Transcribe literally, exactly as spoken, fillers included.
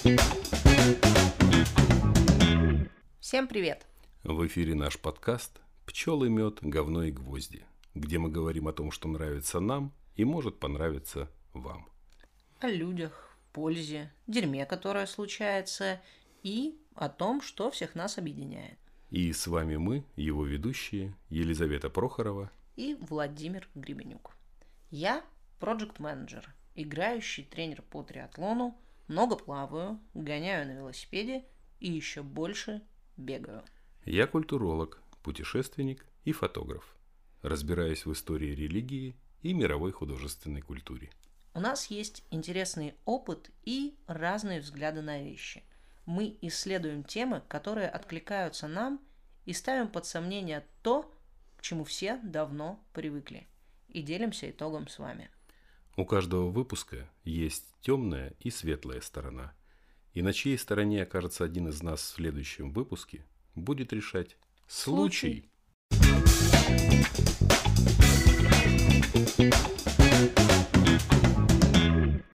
Всем привет! В эфире наш подкаст «Пчелы, мед, говно и гвозди», где мы говорим о том, что нравится нам и может понравиться вам. О людях, пользе, дерьме, которое случается, и о том, что всех нас объединяет. И с вами мы, его ведущие, Елизавета Прохорова и Владимир Гребенюк. Я проджект-менеджер, играющий тренер по триатлону, много плаваю, гоняю на велосипеде и еще больше бегаю. Я культуролог, путешественник и фотограф. Разбираюсь в истории религии и мировой художественной культуре. У нас есть интересный опыт и разные взгляды на вещи. Мы исследуем темы, которые откликаются нам, и ставим под сомнение то, к чему все давно привыкли, и делимся итогом с вами. У каждого выпуска есть темная и светлая сторона. И на чьей стороне окажется один из нас в следующем выпуске, будет решать случай. случай.